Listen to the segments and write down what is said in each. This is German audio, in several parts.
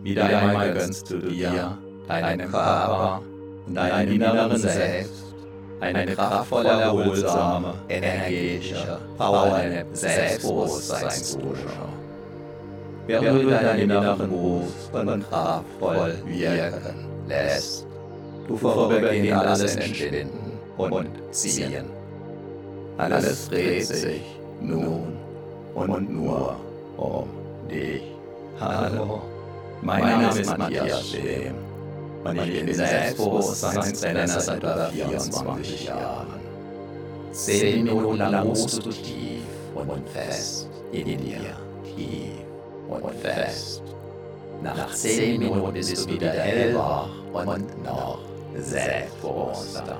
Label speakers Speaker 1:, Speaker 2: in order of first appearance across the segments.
Speaker 1: Wieder einmal gönnst du dir, deinem Körper und deinem inneren Selbst eine kraftvolle, erholsame, energetische Powernap Selbstbewusstseinsdusche. Während du deinen inneren Boost und kraftvoll wirken lässt, du vorübergehend alles entschwinden und ziehen. Alles dreht sich nun und nur um dich. Hallo, mein Name ist Matthias Schlem und ich bin Selbstbewusstseinstrainer seit über 24 Jahren. 10 Minuten lang ruhst du tief und fest in dir, tief und fest. Nach 10 Minuten bist du wieder hellwach und noch selbstbewusster.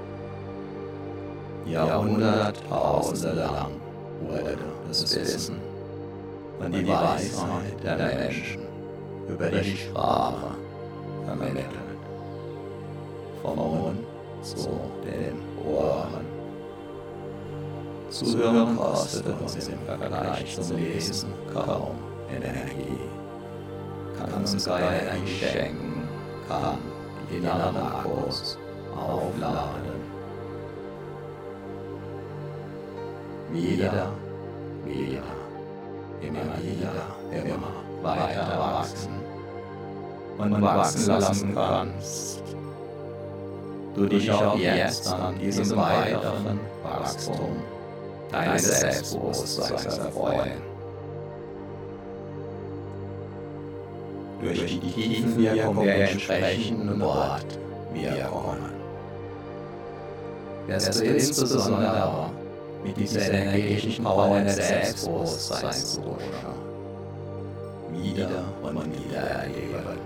Speaker 1: Jahrhunderttausende lang wurde das Wissen und die Weisheit der Menschen über die Sprache vermittelt. Vom Mund zu den Ohren. Zuhören kostet uns im Vergleich zum Lesen kaum Energie. Kann uns keine Energie schenken, kann die inneren Akkus aufladen. Wieder, immer weiter wachsen und wachsen lassen kannst. Du dich auch jetzt an diesem weiteren Wachstum deines Selbstbewusstseins erfreuen. Durch die Tiefenwirkung der entsprechenden Wortwirkungen wirst du insbesondere mit dieser energetischen Power des Selbstbewusstseins wieder und wieder erleben.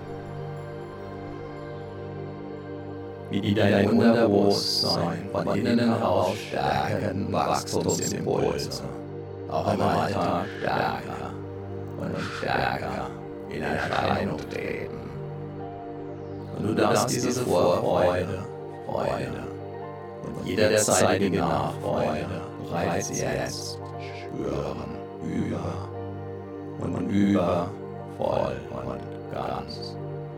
Speaker 1: Wie dein Unterbewusstsein von innen heraus stärkenden Wachstumsimpulse auch im Alltag stärker und stärker in Erscheinung treten. Und du darfst diese Vorfreude, Freude und jederzeitige Nachfreude bereits jetzt spüren, voll und ganz.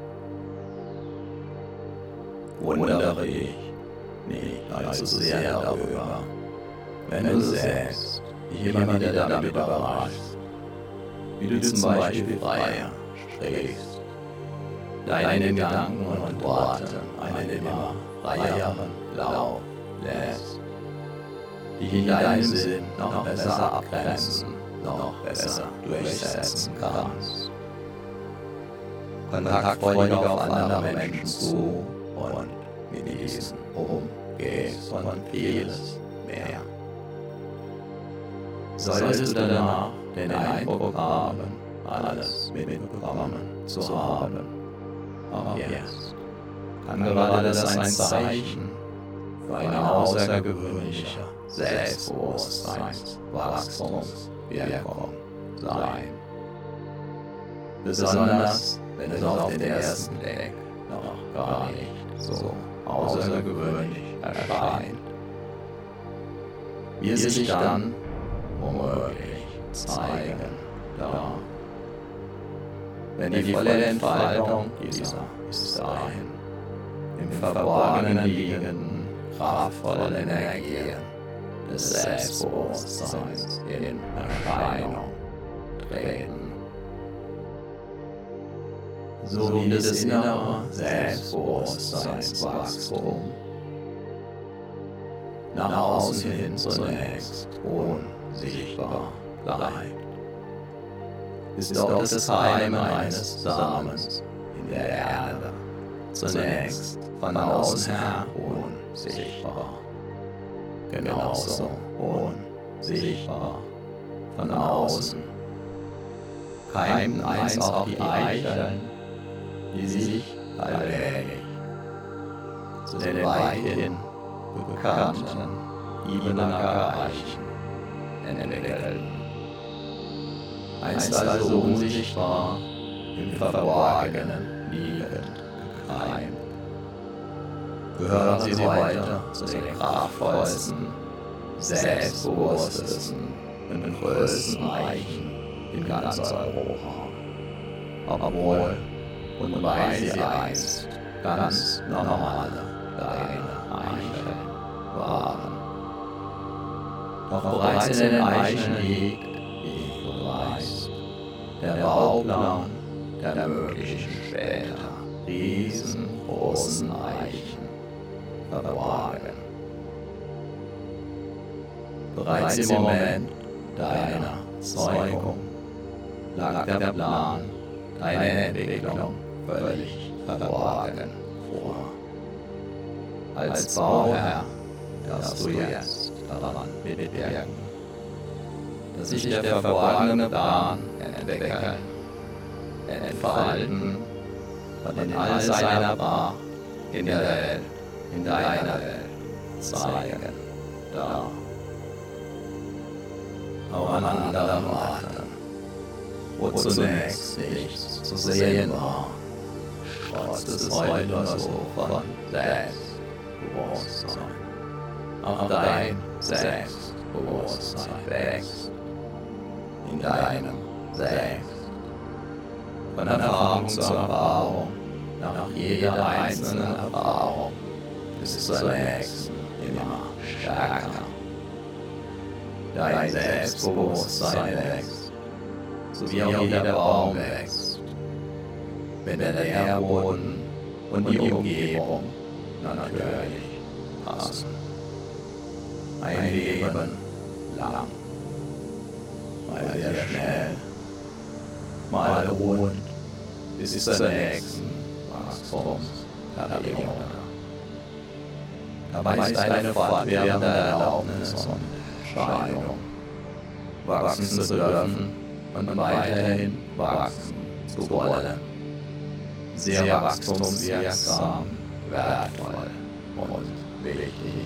Speaker 1: Wundere dich nicht allzu sehr darüber, wenn du selbst dich immer wieder damit überraschst, wie du zum Beispiel freier sprichst, deine Gedanken und Worte einen immer freieren Lauf lässt, dich in deinem Sinn noch besser abgrenzen, noch besser durchsetzen kannst. Kontaktfreudig auf andere Menschen zu und mit diesen umgehst und vieles mehr. Solltest du danach den Eindruck haben, alles mitbekommen zu haben, auch jetzt kann gerade das ein Zeichen für eine außergewöhnliche Selbstbewusstseinswachstumswirkung sein. Besonders wenn es auf den ersten Blick noch gar nicht so außergewöhnlich erscheint, wie es sich dann womöglich zeigen darf, wenn die volle Entfaltung dieser bis dahin im Verborgenen liegenden kraftvollen Energien des Selbstbewusstseins in Erscheinung treten. So wie das innere Selbstbewusstseinswachstum nach außen hin zunächst unsichtbar bleibt, ist doch das Keim eines Samens in der Erde zunächst von außen her unsichtbar, genauso unsichtbar von außen keimten einst auch die Eicheln, die sich allmählich zu den weithin bekannten Ibenacker Eichen entwickelten. Einst also unsichtbar im Verborgenen liegend gekeimt, gehören sie weiter zu den kraftvollsten, selbstbewusstesten und größten Eichen in ganz Europa. Obwohl und weil sie einst ganz normale kleine Eichen waren. Doch bereits in den Eichen liegt, wie du weißt, der Bauplan der möglichen später riesengroßen Eichen verborgen. Bereits im Moment deiner Zeugung lag der Plan deiner Entwicklung völlig verborgen vor. Als Bauherr darfst du jetzt daran mitwirken, dass sich der verborgene Plan entwickeln, entfalten und in all seiner Pracht in der Welt, in deiner Welt zeigen darf. Auch an anderen Orten, wo zunächst nichts zu sehen war, trotz des heute nur so von Selbstbewusstsein. Auch dein Selbstbewusstsein wächst in deinem Selbst. Von Erfahrung zu Erfahrung, nach jeder einzelnen Erfahrung, bis zur nächsten immer stärker. Dein Selbstbewusstsein wächst, so wie auch jeder Baum wächst, wenn der Nährboden und die Umgebung natürlich passen. Ein Leben lang, mal sehr schnell, mal ruhend, bis zur nächsten Wachstumsperiode. Dabei ist eine fortwährende Erlaubnis und Entscheidung, wachsen zu dürfen und weiterhin wachsen zu wollen. Sehr wachstumswirksam, wertvoll und wichtig.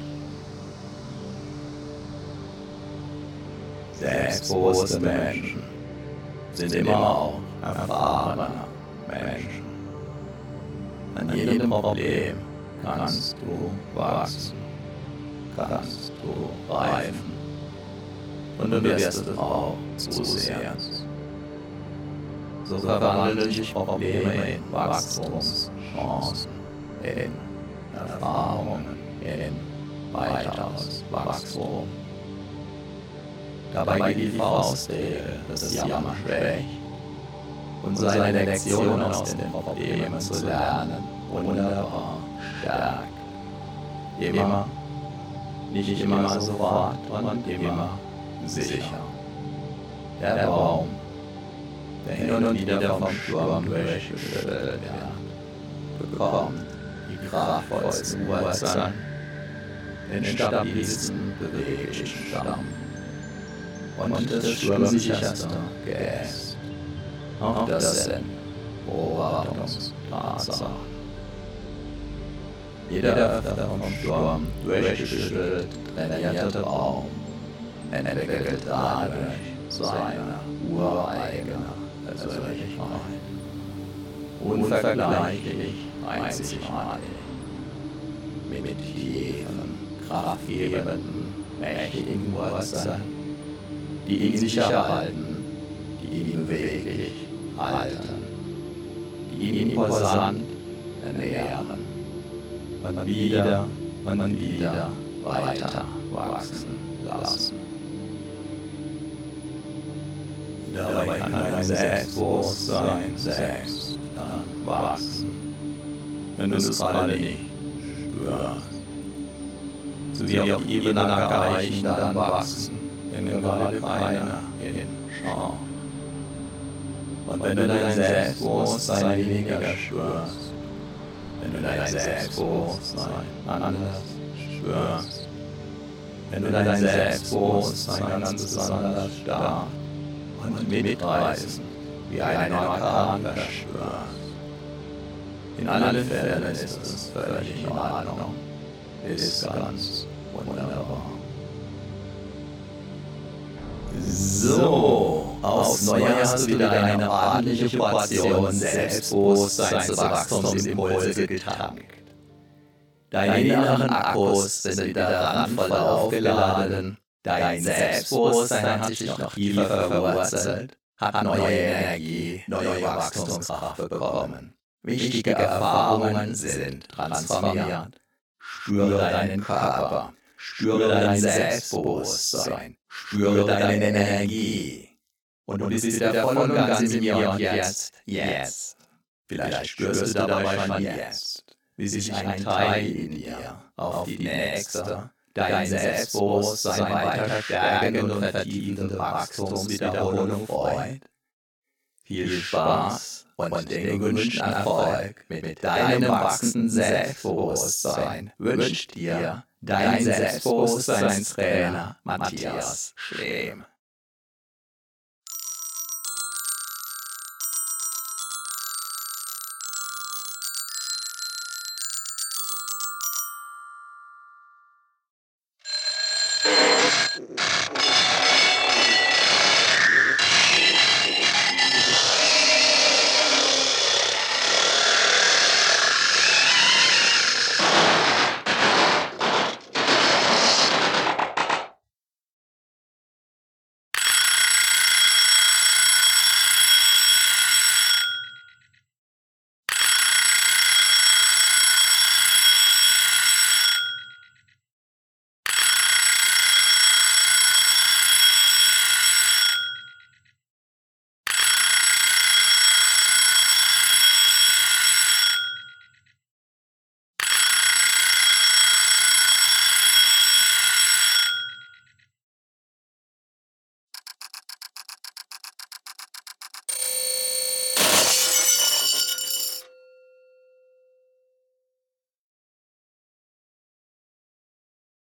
Speaker 1: Selbstbewusste Menschen sind immer auch erfahrene Menschen. An jedem Problem kannst du wachsen, kannst du reifen und du wirst es auch zusehends. So verwandeln sich Probleme in Wachstumschancen, in Erfahrungen, in weiteres Wachstum. Dabei geht die Faustregel, dass das Jammer schwächt und seine Lektionen aus den Problemen zu lernen wunderbar stärkt. Immer, nicht immer sofort und immer sicher. Der Baum, der hin und wieder vom Sturm durchgeschüttelt wird, bekommt die kraftvollsten Wurzeln, den stabilsten, beweglichen Stamm und das sturmsicherste Geäst. Auch das sind Beobachtungstatsachen. Jeder vom Sturm durchgeschüttelt trainierte Baum entwickelt dadurch seine ureigene Persönlichkeit. Unvergleichlich, einzigartig, mit tiefen, kraftgebenden, mächtigen Wurzeln, die ihn sicher halten, die ihn beweglich halten, die ihn imposant ernähren und wieder weiter wachsen lassen. Dabei kann dein Selbstbewusstsein selbst dann wachsen, wenn du es gerade nicht spürst. So wie auch Ebenackereichen dann wachsen, wenn gerade keiner hinschaut. Und wenn du dein Selbstbewusstsein weniger spürst, wenn du dein Selbstbewusstsein anders spürst, wenn du dein Selbstbewusstsein ganz besonders stark und mitreißend wie ein Orkan verspürst. In allen Fällen ist es völlig in Ordnung, ist ganz wunderbar. So, aufs Neue hast du wieder eine ordentliche Portion Selbstbewusstseinswachstumsimpulse getankt. Deine inneren Akkus sind wieder randvoll aufgeladen, dein Selbstbewusstsein hat sich noch tiefer verwurzelt, hat neue Energie, neue Wachstumskraft bekommen. Wichtige Erfahrungen sind transformiert. Spüre deinen Körper, spüre dein Selbstbewusstsein, spüre deine Energie. Und du bist wieder voll und ganz im Hier und Jetzt. Vielleicht spürst du dabei schon jetzt, wie sich ein Teil in dir auf die nächste, dein Selbstbewusstsein weiter stärkende und vertiefende Wachstumswiederholung freut. Viel Spaß und den gewünschten Erfolg mit deinem wachsenden Selbstbewusstsein wünscht dir dein Selbstbewusstseinstrainer Matthias Schlehm.